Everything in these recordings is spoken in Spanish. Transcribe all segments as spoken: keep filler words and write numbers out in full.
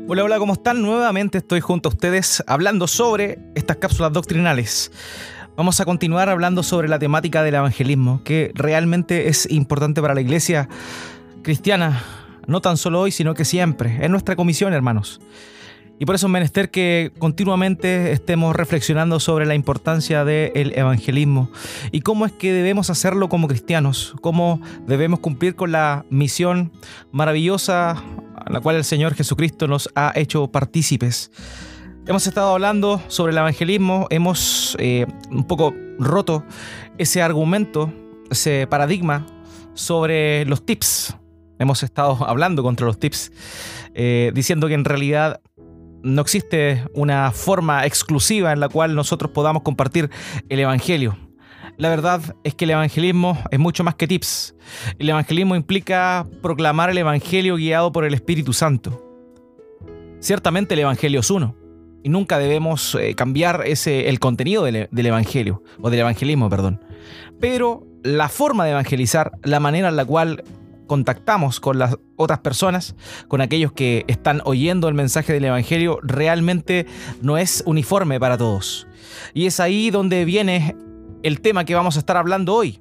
Hola, hola, ¿cómo están? Nuevamente estoy junto a ustedes hablando sobre estas cápsulas doctrinales. Vamos a continuar hablando sobre la temática del evangelismo, que realmente es importante para la iglesia cristiana, no tan solo hoy, sino que siempre. Es nuestra comisión, hermanos. Y por eso es menester que continuamente estemos reflexionando sobre la importancia del evangelismo y cómo es que debemos hacerlo como cristianos, cómo debemos cumplir con la misión maravillosa a la cual el Señor Jesucristo nos ha hecho partícipes. Hemos estado hablando sobre el evangelismo, hemos eh, un poco roto ese argumento, ese paradigma sobre los tips. Hemos estado hablando contra los tips, eh, diciendo que en realidad no existe una forma exclusiva en la cual nosotros podamos compartir el evangelio. La verdad es que el evangelismo es mucho más que tips. El evangelismo implica proclamar el evangelio guiado por el Espíritu Santo. Ciertamente el evangelio es uno y nunca debemos eh, cambiar ese, el contenido del, del evangelio, o del evangelismo, perdón. Pero la forma de evangelizar, la manera en la cual contactamos con las otras personas, con aquellos que están oyendo el mensaje del evangelio, realmente no es uniforme para todos. Y es ahí donde viene el tema que vamos a estar hablando hoy: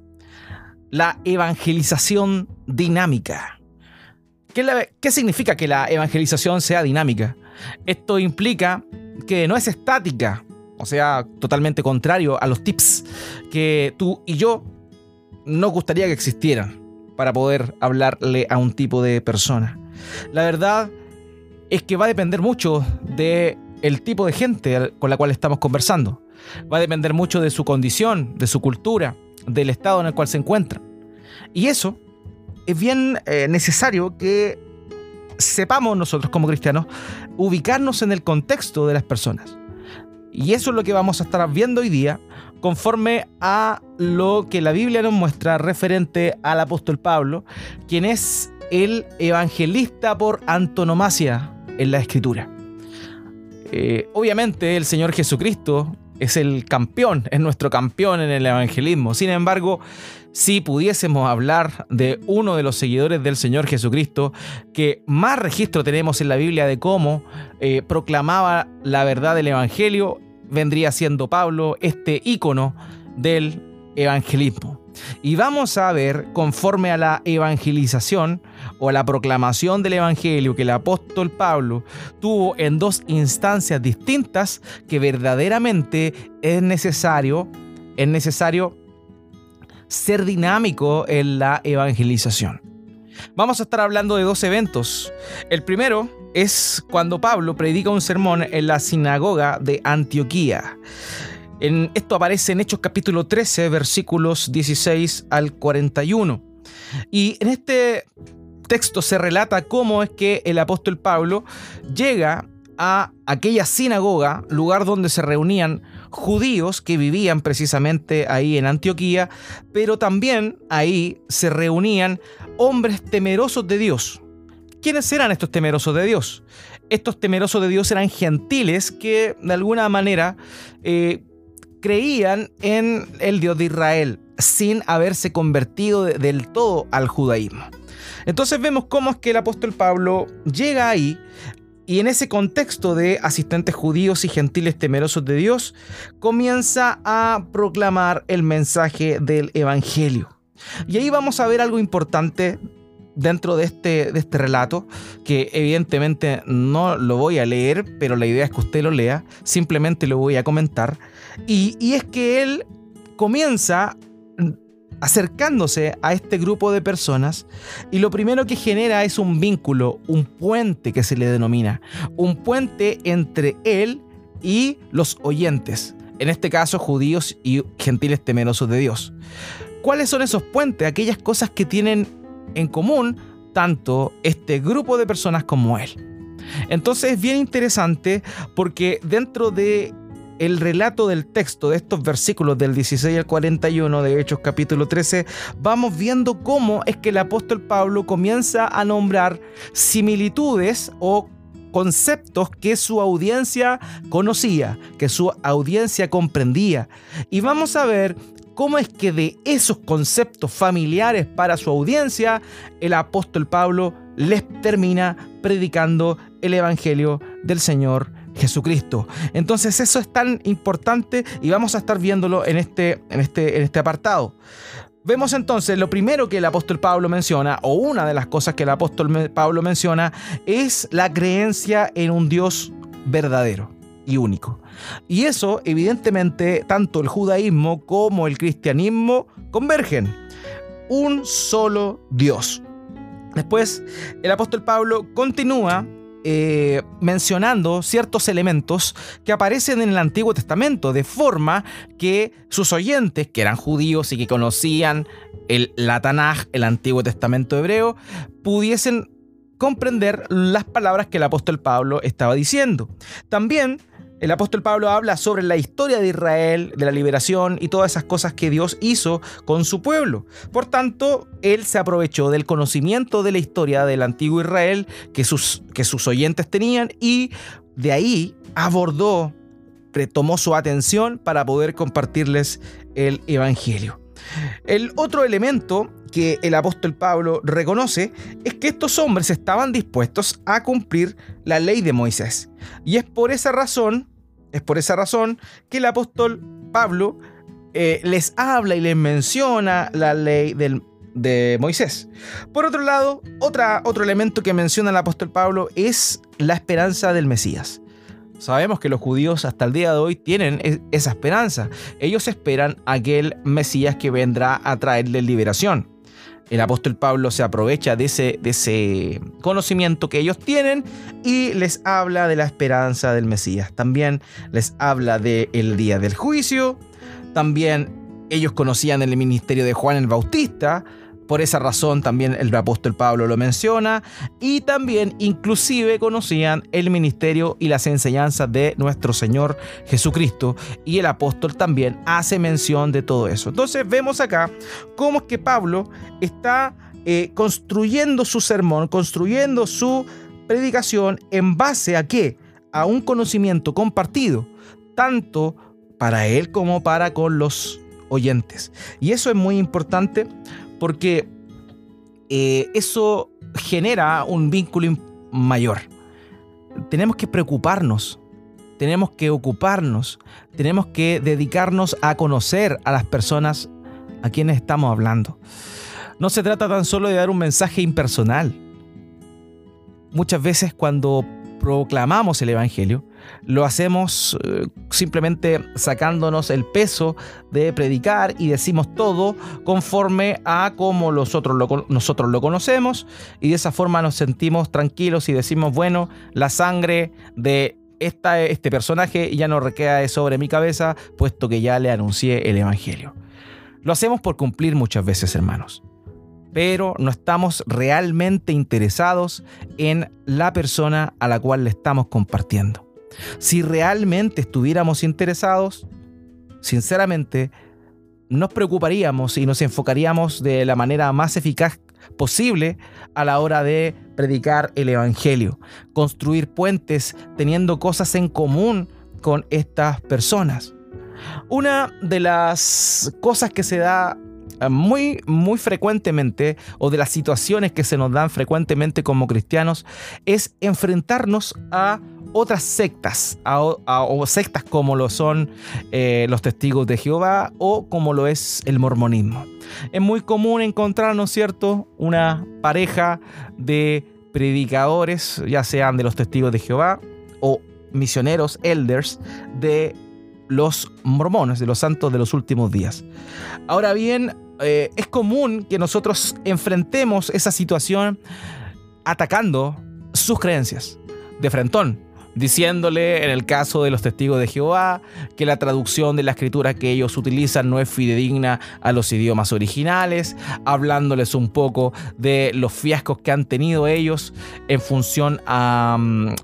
la evangelización dinámica. ¿Qué, la, ¿Qué significa que la evangelización sea dinámica? Esto implica que no es estática, o sea, totalmente contrario a los tips que tú y yo nos gustaría que existieran para poder hablarle a un tipo de persona. La verdad es que va a depender mucho del tipo de gente con la cual estamos conversando. Va a depender mucho de su condición, de su cultura, del estado en el cual se encuentran. Y eso es bien eh, necesario que sepamos nosotros como cristianos ubicarnos en el contexto de las personas. Y eso es lo que vamos a estar viendo hoy día, conforme a lo que la Biblia nos muestra referente al apóstol Pablo, quien es el evangelista por antonomasia en la Escritura. Eh, obviamente el Señor Jesucristo es el campeón, es nuestro campeón en el evangelismo. Sin embargo, si pudiésemos hablar de uno de los seguidores del Señor Jesucristo que más registro tenemos en la Biblia de cómo eh, proclamaba la verdad del evangelio, vendría siendo Pablo, este ícono del evangelismo. Y vamos a ver, conforme a la evangelización o a la proclamación del evangelio que el apóstol Pablo tuvo en dos instancias distintas, que verdaderamente es necesario, es necesario ser dinámico en la evangelización. Vamos a estar hablando de dos eventos. El primero es cuando Pablo predica un sermón en la sinagoga de Antioquía. En, esto aparece en Hechos capítulo trece, versículos dieciséis al cuarenta y uno. Y en este texto se relata cómo es que el apóstol Pablo llega a aquella sinagoga, lugar donde se reunían judíos que vivían precisamente ahí en Antioquía, pero también ahí se reunían hombres temerosos de Dios. ¿Quiénes eran estos temerosos de Dios? Estos temerosos de Dios eran gentiles que de alguna manera eh, creían en el Dios de Israel sin haberse convertido de, del todo al judaísmo. Entonces vemos cómo es que el apóstol Pablo llega ahí y en ese contexto de asistentes judíos y gentiles temerosos de Dios comienza a proclamar el mensaje del evangelio. Y ahí vamos a ver algo importante dentro de este, de este relato, que evidentemente no lo voy a leer, pero la idea es que usted lo lea, simplemente lo voy a comentar, y, y es que él comienza acercándose a este grupo de personas y lo primero que genera es un vínculo, un puente que se le denomina, un puente entre él y los oyentes, en este caso judíos y gentiles temerosos de Dios. ¿Cuáles son esos puentes? Aquellas cosas que tienen en común tanto este grupo de personas como él. Entonces es bien interesante porque dentro de el relato del texto de estos versículos del dieciséis al cuarenta y uno de Hechos capítulo trece, vamos viendo cómo es que el apóstol Pablo comienza a nombrar similitudes o conceptos que su audiencia conocía, que su audiencia comprendía. Y vamos a ver cómo es que de esos conceptos familiares para su audiencia, el apóstol Pablo les termina predicando el Evangelio del Señor Jesucristo. Entonces eso es tan importante y vamos a estar viéndolo en este, en este, en este apartado. Vemos entonces lo primero que el apóstol Pablo menciona, o una de las cosas que el apóstol Pablo menciona, es la creencia en un Dios verdadero y único. Y eso, evidentemente, tanto el judaísmo como el cristianismo convergen. Un solo Dios. Después, el apóstol Pablo continúa eh, mencionando ciertos elementos que aparecen en el Antiguo Testamento, de forma que sus oyentes, que eran judíos y que conocían el, la Tanaj, el Antiguo Testamento hebreo, pudiesen comprender las palabras que el apóstol Pablo estaba diciendo. También el apóstol Pablo habla sobre la historia de Israel, de la liberación y todas esas cosas que Dios hizo con su pueblo. Por tanto, él se aprovechó del conocimiento de la historia del antiguo Israel que sus, que sus oyentes tenían, y de ahí abordó, tomó su atención para poder compartirles el Evangelio. El otro elemento que el apóstol Pablo reconoce es que estos hombres estaban dispuestos a cumplir la ley de Moisés. Y es por esa razón, es por esa razón que el apóstol Pablo eh, les habla y les menciona la ley del, de Moisés. Por otro lado, otra, otro elemento que menciona el apóstol Pablo es la esperanza del Mesías. Sabemos que los judíos hasta el día de hoy tienen esa esperanza. Ellos esperan a aquel Mesías que vendrá a traerles liberación. El apóstol Pablo se aprovecha de ese, de ese conocimiento que ellos tienen y les habla de la esperanza del Mesías. También les habla del día del juicio. También ellos conocían el ministerio de Juan el Bautista. Por esa razón también el apóstol Pablo lo menciona, y también inclusive conocían el ministerio y las enseñanzas de nuestro Señor Jesucristo, y el apóstol también hace mención de todo eso. Entonces vemos acá cómo es que Pablo está eh, construyendo su sermón, construyendo su predicación en base a ¿qué? A un conocimiento compartido, tanto para él como para con los oyentes. Y eso es muy importante, porque eh, eso genera un vínculo mayor. Tenemos que preocuparnos, tenemos que ocuparnos, tenemos que dedicarnos a conocer a las personas a quienes estamos hablando. No se trata tan solo de dar un mensaje impersonal. Muchas veces cuando proclamamos el Evangelio, lo hacemos eh, simplemente sacándonos el peso de predicar y decimos todo conforme a como nosotros lo, nosotros lo conocemos, y de esa forma nos sentimos tranquilos y decimos, bueno, la sangre de esta, este personaje ya no recae sobre mi cabeza, puesto que ya le anuncié el Evangelio. Lo hacemos por cumplir muchas veces, hermanos, pero no estamos realmente interesados en la persona a la cual le estamos compartiendo. Si realmente estuviéramos interesados, sinceramente, nos preocuparíamos y nos enfocaríamos de la manera más eficaz posible a la hora de predicar el Evangelio, construir puentes teniendo cosas en común con estas personas. Una de las cosas que se da muy, muy frecuentemente, o de las situaciones que se nos dan frecuentemente como cristianos, es enfrentarnos a otras sectas, a, a, o sectas como lo son eh, los testigos de Jehová o como lo es el mormonismo. Es muy común encontrar, ¿no es cierto?, una pareja de predicadores, ya sean de los testigos de Jehová o misioneros, elders, de los mormones, de los santos de los últimos días. Ahora bien, eh, es común que nosotros enfrentemos esa situación atacando sus creencias de frentón, diciéndole, en el caso de los testigos de Jehová, que la traducción de la escritura que ellos utilizan no es fidedigna a los idiomas originales, hablándoles un poco de los fiascos que han tenido ellos en función a,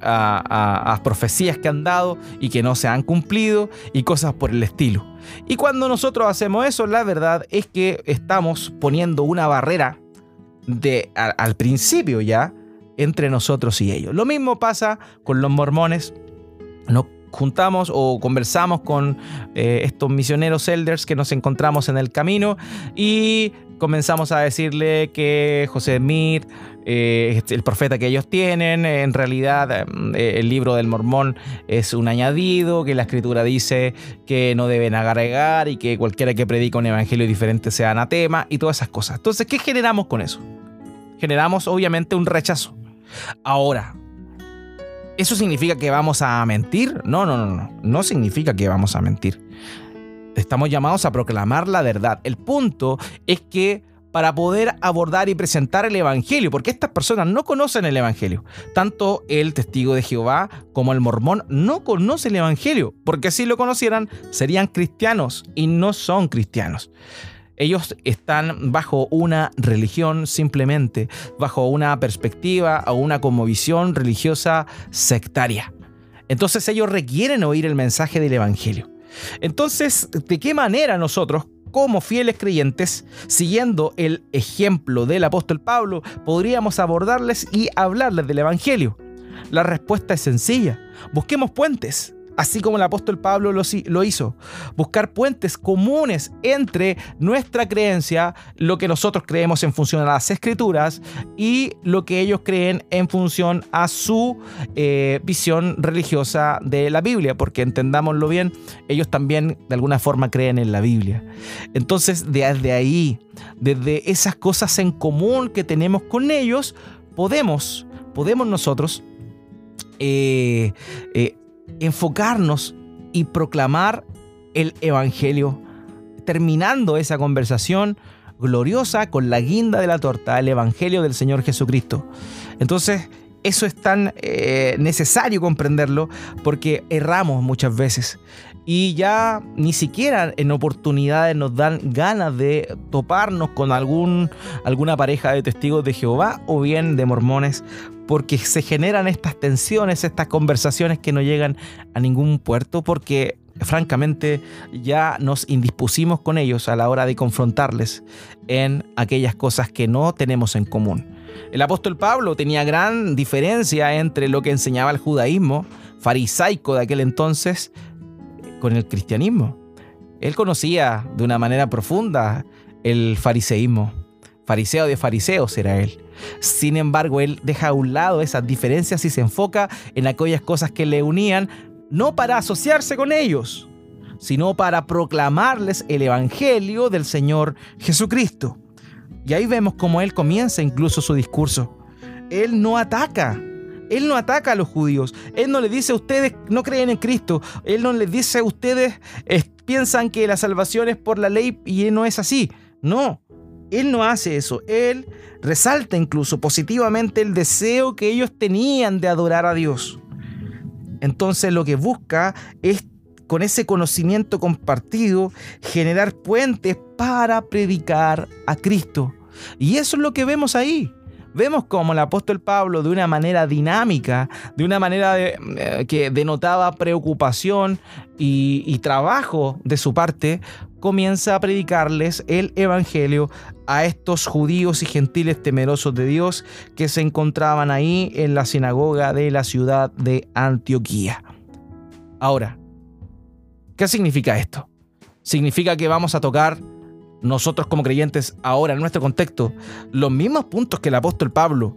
a, a, a profecías que han dado y que no se han cumplido y cosas por el estilo. Y cuando nosotros hacemos eso, la verdad es que estamos poniendo una barrera de, a, al principio ya, entre nosotros y ellos. Lo mismo pasa con los mormones. No, juntamos o conversamos con eh, estos misioneros elders que nos encontramos en el camino y comenzamos a decirle que José Smith, eh, el profeta que ellos tienen, en realidad eh, el libro del Mormón es un añadido, que la escritura dice que no deben agregar y que cualquiera que predica un evangelio diferente sea anatema y todas esas cosas. Entonces, ¿qué generamos con eso? Generamos obviamente un rechazo. Ahora, ¿eso significa que vamos a mentir? No, no, no, no. No significa que vamos a mentir. Estamos llamados a proclamar la verdad. El punto es que para poder abordar y presentar el evangelio, porque estas personas no conocen el evangelio, tanto el testigo de Jehová como el mormón no conocen el evangelio, porque si lo conocieran serían cristianos y no son cristianos. Ellos están bajo una religión simplemente, bajo una perspectiva o una cosmovisión religiosa sectaria. Entonces ellos requieren oír el mensaje del evangelio. Entonces, ¿de qué manera nosotros, como fieles creyentes, siguiendo el ejemplo del apóstol Pablo, podríamos abordarles y hablarles del evangelio? La respuesta es sencilla. Busquemos puentes. Así como el apóstol Pablo lo, lo hizo, buscar puentes comunes entre nuestra creencia, lo que nosotros creemos en función a las escrituras y lo que ellos creen en función a su eh, visión religiosa de la Biblia, porque entendámoslo bien, ellos también de alguna forma creen en la Biblia. Entonces, desde ahí, desde esas cosas en común que tenemos con ellos, podemos, podemos nosotros eh, eh, enfocarnos y proclamar el evangelio, terminando esa conversación gloriosa con la guinda de la torta, el evangelio del Señor Jesucristo. Entonces, eso es tan eh, necesario comprenderlo porque erramos muchas veces y ya ni siquiera en oportunidades nos dan ganas de toparnos con algún, alguna pareja de testigos de Jehová o bien de mormones, porque se generan estas tensiones, estas conversaciones que no llegan a ningún puerto porque francamente ya nos indispusimos con ellos a la hora de confrontarles en aquellas cosas que no tenemos en común. El apóstol Pablo tenía gran diferencia entre lo que enseñaba el judaísmo farisaico de aquel entonces con el cristianismo. Él conocía de una manera profunda el fariseísmo. Fariseo de fariseos era él. Sin embargo, él deja a un lado esas diferencias y se enfoca en aquellas cosas que le unían, no para asociarse con ellos, sino para proclamarles el evangelio del Señor Jesucristo. Y ahí vemos cómo él comienza incluso su discurso. Él no ataca. Él no ataca a los judíos. Él no les dice a ustedes no creen en Cristo. Él no les dice a ustedes eh, piensan que la salvación es por la ley y no es así. No. Él no hace eso. Él resalta incluso positivamente el deseo que ellos tenían de adorar a Dios. Entonces lo que busca es, con ese conocimiento compartido, generar puentes para predicar a Cristo. Y eso es lo que vemos ahí. Vemos cómo el apóstol Pablo, de una manera dinámica, de una manera de, eh, que denotaba preocupación y, y trabajo de su parte, comienza a predicarles el evangelio a estos judíos y gentiles temerosos de Dios que se encontraban ahí en la sinagoga de la ciudad de Antioquía. Ahora, ¿qué significa esto? Significa que vamos a tocar nosotros como creyentes ahora en nuestro contexto los mismos puntos que el apóstol Pablo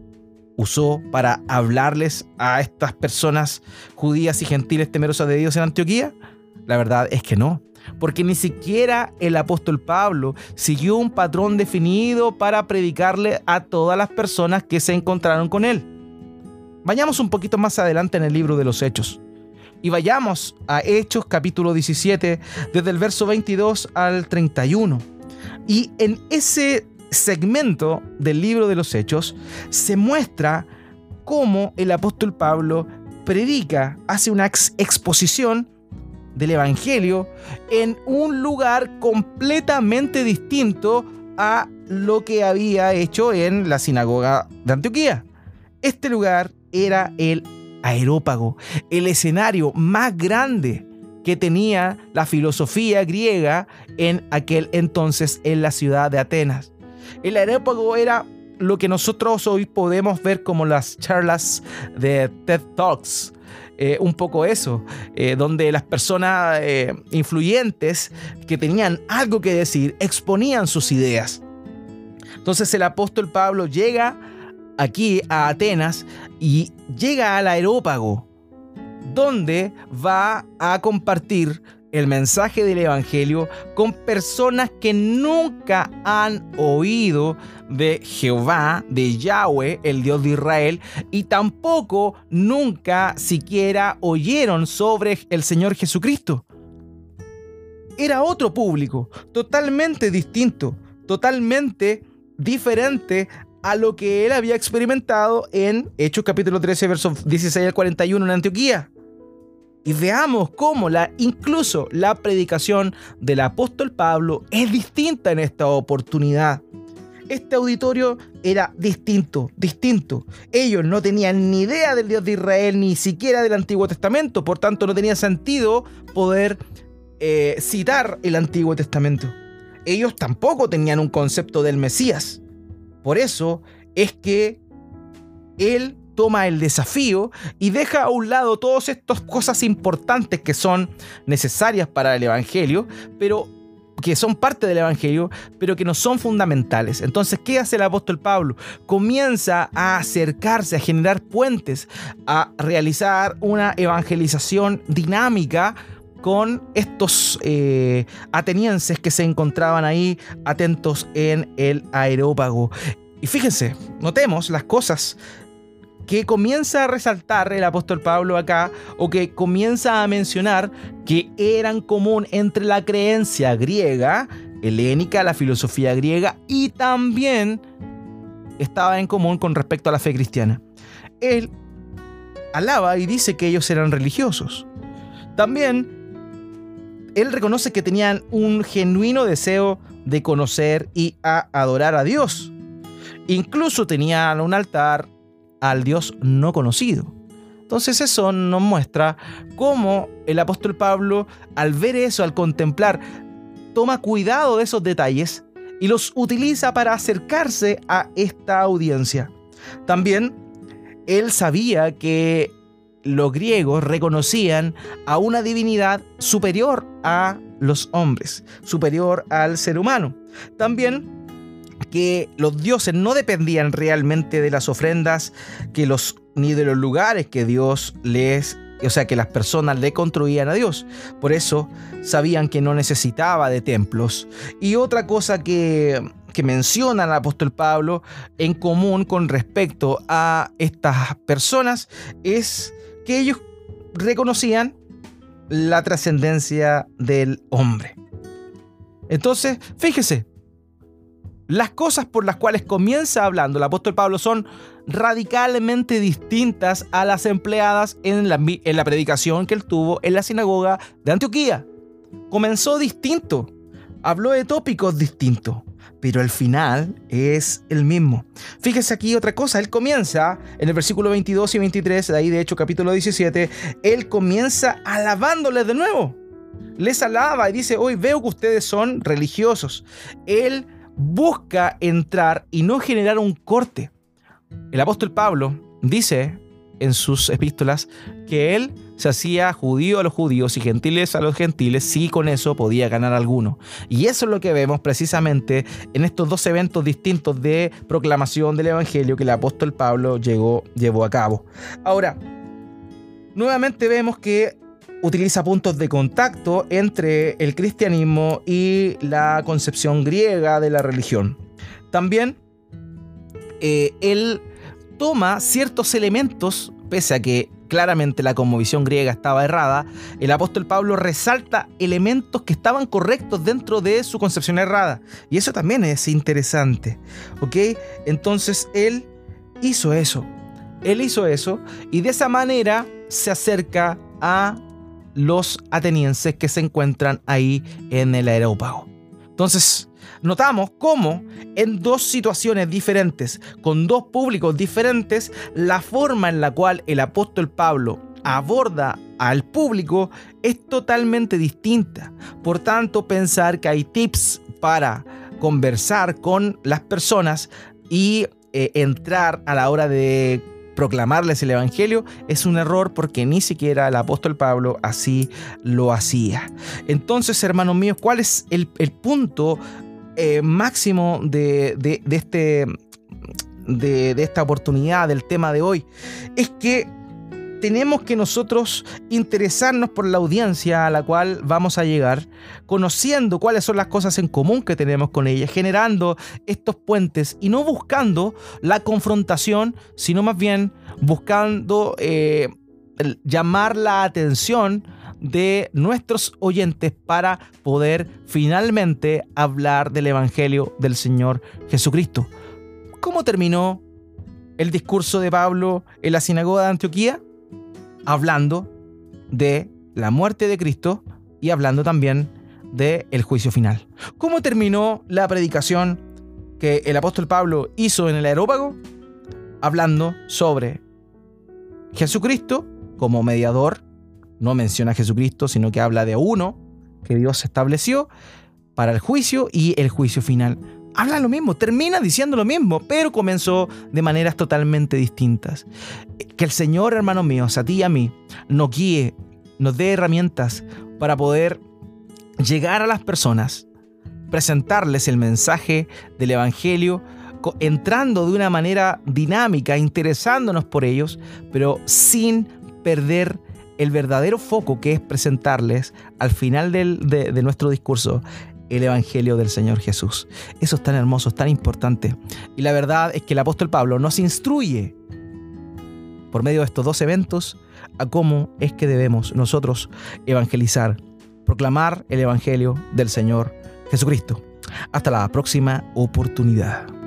usó para hablarles a estas personas judías y gentiles temerosas de Dios en Antioquía. La verdad es que no, porque ni siquiera el apóstol Pablo siguió un patrón definido para predicarle a todas las personas que se encontraron con él. Vayamos un poquito más adelante en el libro de los Hechos. Y vayamos a Hechos capítulo diecisiete, desde el verso veintidós al treinta y uno. Y en ese segmento del libro de los Hechos se muestra cómo el apóstol Pablo predica, hace una ex- exposición del evangelio en un lugar completamente distinto a lo que había hecho en la sinagoga de Antioquía. Este lugar era el Areópago, el escenario más grande que tenía la filosofía griega en aquel entonces en la ciudad de Atenas. El Areópago era lo que nosotros hoy podemos ver como las charlas de TED Talks. Eh, un poco eso, eh, donde las personas eh, influyentes que tenían algo que decir exponían sus ideas. Entonces el apóstol Pablo llega aquí a Atenas y llega al Areópago, donde va a compartir el mensaje del evangelio con personas que nunca han oído de Jehová, de Yahweh, el Dios de Israel, y tampoco nunca siquiera oyeron sobre el Señor Jesucristo. Era otro público, totalmente distinto, totalmente diferente a lo que él había experimentado en Hechos capítulo trece, versos dieciséis al cuarenta y uno en Antioquía. Y veamos cómo la, incluso la predicación del apóstol Pablo es distinta en esta oportunidad. Este auditorio era distinto, distinto. Ellos no tenían ni idea del Dios de Israel, ni siquiera del Antiguo Testamento. Por tanto, no tenía sentido poder eh, citar el Antiguo Testamento. Ellos tampoco tenían un concepto del Mesías. Por eso es que él toma el desafío y deja a un lado todas estas cosas importantes que son necesarias para el evangelio, pero que son parte del evangelio, pero que no son fundamentales. Entonces, ¿qué hace el apóstol Pablo? Comienza a acercarse, a generar puentes, a realizar una evangelización dinámica con estos eh, atenienses que se encontraban ahí atentos en el Areópago. Y fíjense, notemos las cosas que comienza a resaltar el apóstol Pablo acá, o que comienza a mencionar que eran común entre la creencia griega, helénica, la filosofía griega, y también estaba en común con respecto a la fe cristiana. Él alaba y dice que ellos eran religiosos. También él reconoce que tenían un genuino deseo de conocer y a adorar a Dios. Incluso tenían un altar al Dios no conocido. Entonces eso nos muestra cómo el apóstol Pablo, al ver eso, al contemplar, toma cuidado de esos detalles y los utiliza para acercarse a esta audiencia. También él sabía que los griegos reconocían a una divinidad superior a los hombres, superior al ser humano. También que los dioses no dependían realmente de las ofrendas que los, ni de los lugares que Dios les, o sea, que las personas le construían a Dios. Por eso sabían que no necesitaba de templos. Y otra cosa que, que menciona el apóstol Pablo en común con respecto a estas personas es que ellos reconocían la trascendencia del hombre. Entonces, fíjese, las cosas por las cuales comienza hablando el apóstol Pablo son radicalmente distintas a las empleadas en la, en la predicación que él tuvo en la sinagoga de Antioquía. Comenzó distinto, habló de tópicos distintos, pero el final es el mismo. Fíjese aquí otra cosa, él comienza en el versículo veintidós y veintitrés, de ahí de hecho capítulo diecisiete, él comienza alabándoles de nuevo. Les alaba y dice, hoy veo que ustedes son religiosos. Él busca entrar y no generar un corte. El apóstol Pablo dice en sus epístolas que él se hacía judío a los judíos y gentiles a los gentiles si con eso podía ganar alguno. Y eso es lo que vemos precisamente en estos dos eventos distintos de proclamación del evangelio que el apóstol Pablo llegó, llevó a cabo. Ahora, nuevamente vemos que utiliza puntos de contacto entre el cristianismo y la concepción griega de la religión. También eh, él toma ciertos elementos, pese a que claramente la cosmovisión griega estaba errada, el apóstol Pablo resalta elementos que estaban correctos dentro de su concepción errada. Y eso también es interesante, ¿ok? Entonces él hizo eso. Él hizo eso y de esa manera se acerca a los atenienses que se encuentran ahí en el Areópago. Entonces, notamos cómo en dos situaciones diferentes, con dos públicos diferentes, la forma en la cual el apóstol Pablo aborda al público es totalmente distinta. Por tanto, pensar que hay tips para conversar con las personas y eh, entrar a la hora de proclamarles el evangelio es un error, porque ni siquiera el apóstol Pablo así lo hacía. Entonces, hermanos míos, ¿cuál es el, el punto eh, máximo de, de, de, este, de, de esta oportunidad, del tema de hoy? Es que tenemos que nosotros interesarnos por la audiencia a la cual vamos a llegar, conociendo cuáles son las cosas en común que tenemos con ella, generando estos puentes y no buscando la confrontación, sino más bien buscando eh, llamar la atención de nuestros oyentes para poder finalmente hablar del evangelio del Señor Jesucristo. ¿Cómo terminó el discurso de Pablo en la sinagoga de Antioquía? Hablando de la muerte de Cristo y hablando también del juicio final. ¿Cómo terminó la predicación que el apóstol Pablo hizo en el Areópago? Hablando sobre Jesucristo como mediador. No menciona a Jesucristo, sino que habla de uno que Dios estableció para el juicio y el juicio final. Habla lo mismo, termina diciendo lo mismo, pero comenzó de maneras totalmente distintas. Que el Señor, hermanos míos, a ti y a mí, nos guíe, nos dé herramientas para poder llegar a las personas, presentarles el mensaje del evangelio, entrando de una manera dinámica, interesándonos por ellos, pero sin perder el verdadero foco, que es presentarles al final del, de, de nuestro discurso el evangelio del Señor Jesús. Eso es tan hermoso, es tan importante. Y la verdad es que el apóstol Pablo nos instruye por medio de estos dos eventos a cómo es que debemos nosotros evangelizar, proclamar el evangelio del Señor Jesucristo. Hasta la próxima oportunidad.